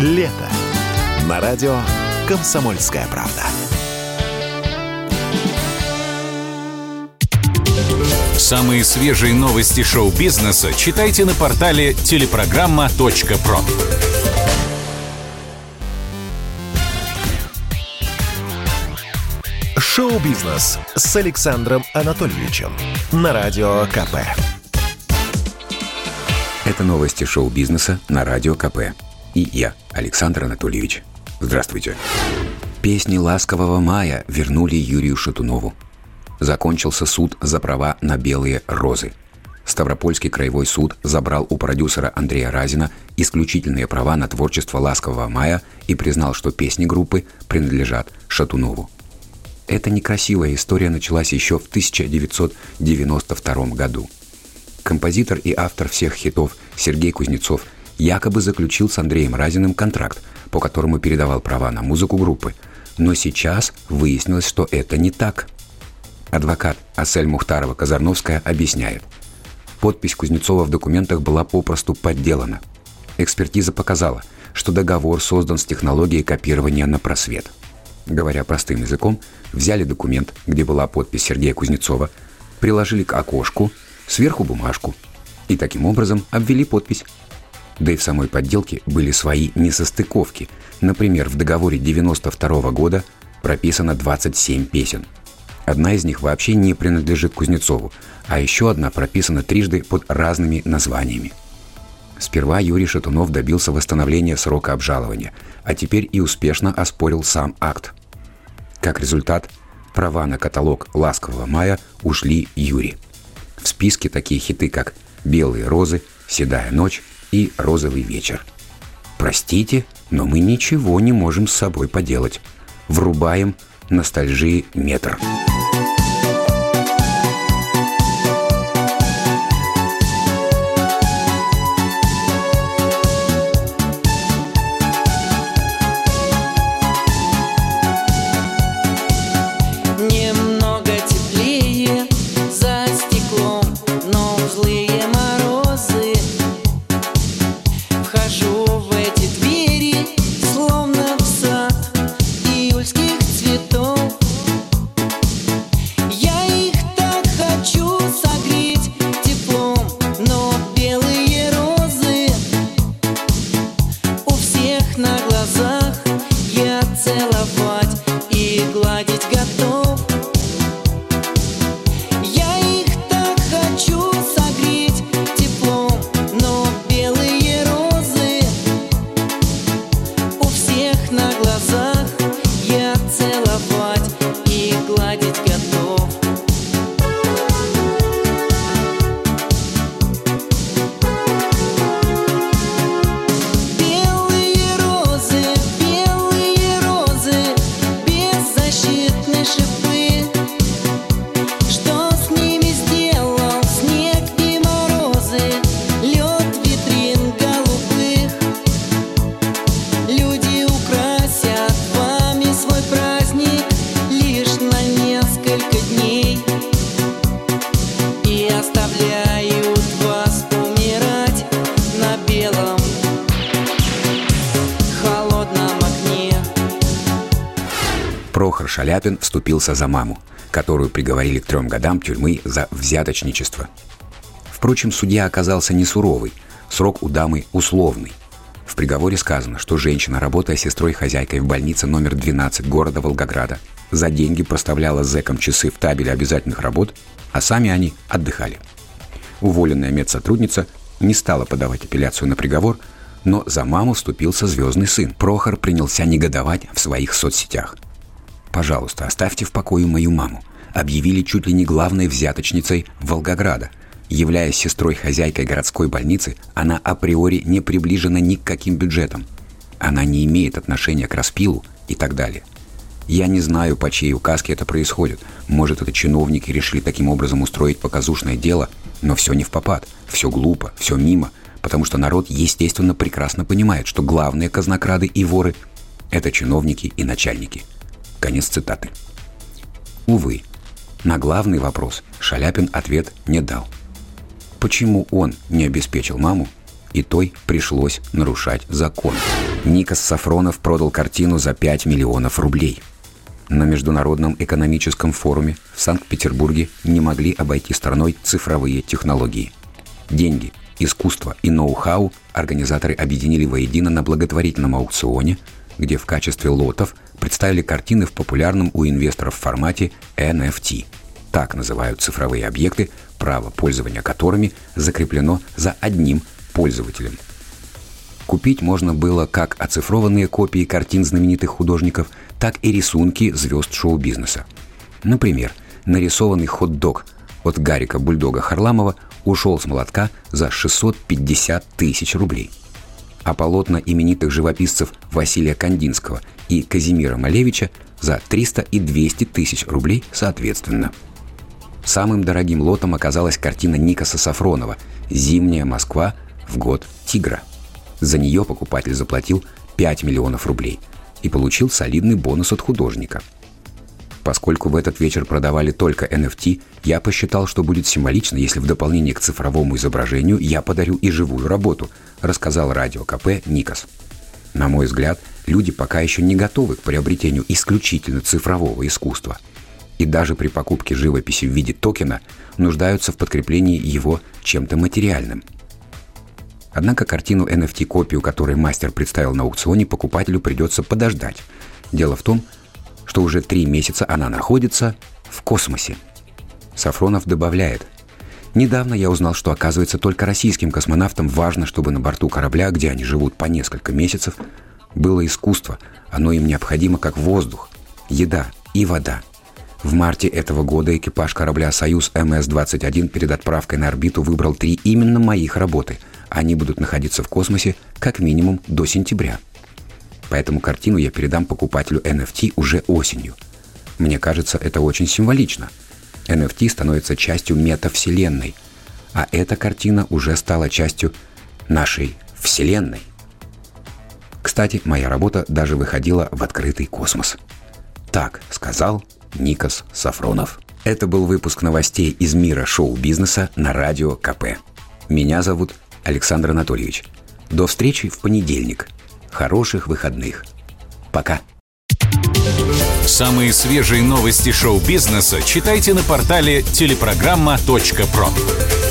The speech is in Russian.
Лето. На радио «Комсомольская правда». Самые свежие новости шоу-бизнеса читайте на портале телепрограмма.про. Шоу-бизнес с Александром Анатольевичем на радио КП. Это новости шоу-бизнеса на радио КП. И я, Александр Анатольевич. Здравствуйте. Песни «Ласкового мая» вернули Юрию Шатунову. Закончился суд за права на белые розы. Ставропольский краевой суд забрал у продюсера Андрея Разина исключительные права на творчество «Ласкового мая» и признал, что песни группы принадлежат Шатунову. Эта некрасивая история началась еще в 1992 году. Композитор и автор всех хитов Сергей Кузнецов якобы заключил с Андреем Разиным контракт, по которому передавал права на музыку группы. Но сейчас выяснилось, что это не так. Адвокат Асель Мухтарова-Казарновская объясняет. Подпись Кузнецова в документах была попросту подделана. Экспертиза показала, что договор создан с технологией копирования на просвет. Говоря простым языком, взяли документ, где была подпись Сергея Кузнецова, приложили к окошку, сверху бумажку и таким образом обвели подпись. Да и в самой подделке были свои несостыковки. Например, в договоре 1992 года прописано 27 песен. Одна из них вообще не принадлежит Кузнецову, а еще одна прописана трижды под разными названиями. Сперва Юрий Шатунов добился восстановления срока обжалования, а теперь и успешно оспорил сам акт. Как результат, права на каталог «Ласкового мая» ушли Юре. В списке такие хиты, как «Белые розы», «Седая ночь» и «Розовый вечер». Простите, но мы ничего не можем с собой поделать. Врубаем ностальжии метр. Прохор Шаляпин вступился за маму, которую приговорили к 3 годам тюрьмы за взяточничество. Впрочем, судья оказался не суровый, срок у дамы условный. В приговоре сказано, что женщина, работая сестрой-хозяйкой в больнице номер 12 города Волгограда, за деньги проставляла зэкам часы в табеле обязательных работ, а сами они отдыхали. Уволенная медсотрудница не стала подавать апелляцию на приговор, но за маму вступился звездный сын. Прохор принялся негодовать в своих соцсетях. «Пожалуйста, оставьте в покое мою маму». Объявили чуть ли не главной взяточницей Волгограда. Являясь сестрой-хозяйкой городской больницы, она априори не приближена ни к каким бюджетам. Она не имеет отношения к распилу и так далее. Я не знаю, по чьей указке это происходит. Может, это чиновники решили таким образом устроить показушное дело, но все не впопад, все глупо, все мимо, потому что народ, естественно, прекрасно понимает, что главные казнокрады и воры – это чиновники и начальники. Конец цитаты. Увы, на главный вопрос Шаляпин ответ не дал. Почему он не обеспечил маму, и той пришлось нарушать закон? Никос Сафронов продал картину за 5 миллионов рублей. На Международном экономическом форуме в Санкт-Петербурге не могли обойти стороной цифровые технологии. Деньги, искусство и ноу-хау организаторы объединили воедино на благотворительном аукционе, где в качестве лотов представили картины в популярном у инвесторов формате NFT. Так называют цифровые объекты, право пользования которыми закреплено за одним пользователем. Купить можно было как оцифрованные копии картин знаменитых художников, так и рисунки звезд шоу-бизнеса. Например, нарисованный хот-дог от Гарика «Бульдога» Харламова ушел с молотка за 650 тысяч рублей. А полотна именитых живописцев Василия Кандинского и Казимира Малевича за 300 и 200 тысяч рублей соответственно. Самым дорогим лотом оказалась картина Никоса Сафронова «Зимняя Москва в год тигра». За нее покупатель заплатил 5 миллионов рублей и получил солидный бонус от художника. Поскольку в этот вечер продавали только NFT, я посчитал, что будет символично, если в дополнение к цифровому изображению я подарю и живую работу, рассказал Радио КП Никос. На мой взгляд, люди пока еще не готовы к приобретению исключительно цифрового искусства. И даже при покупке живописи в виде токена нуждаются в подкреплении его чем-то материальным. Однако картину NFT-копию, которую мастер представил на аукционе, покупателю придется подождать. Дело в том, что уже 3 месяца она находится в космосе. Сафронов добавляет: «Недавно я узнал, что, оказывается, только российским космонавтам важно, чтобы на борту корабля, где они живут по несколько месяцев, было искусство. Оно им необходимо как воздух, еда и вода». В марте этого года экипаж корабля «Союз МС-21» перед отправкой на орбиту выбрал 3 именно моих работы. Они будут находиться в космосе как минимум до сентября. Поэтому картину я передам покупателю NFT уже осенью. Мне кажется, это очень символично. NFT становится частью метавселенной, а эта картина уже стала частью нашей Вселенной. Кстати, моя работа даже выходила в открытый космос. Так сказал Никос Сафронов. Это был выпуск новостей из мира шоу-бизнеса на Радио КП. Меня зовут Александр Анатольевич. До встречи в понедельник. Хороших выходных. Пока. Самые свежие новости шоу-бизнеса читайте на портале телепрограмма.про.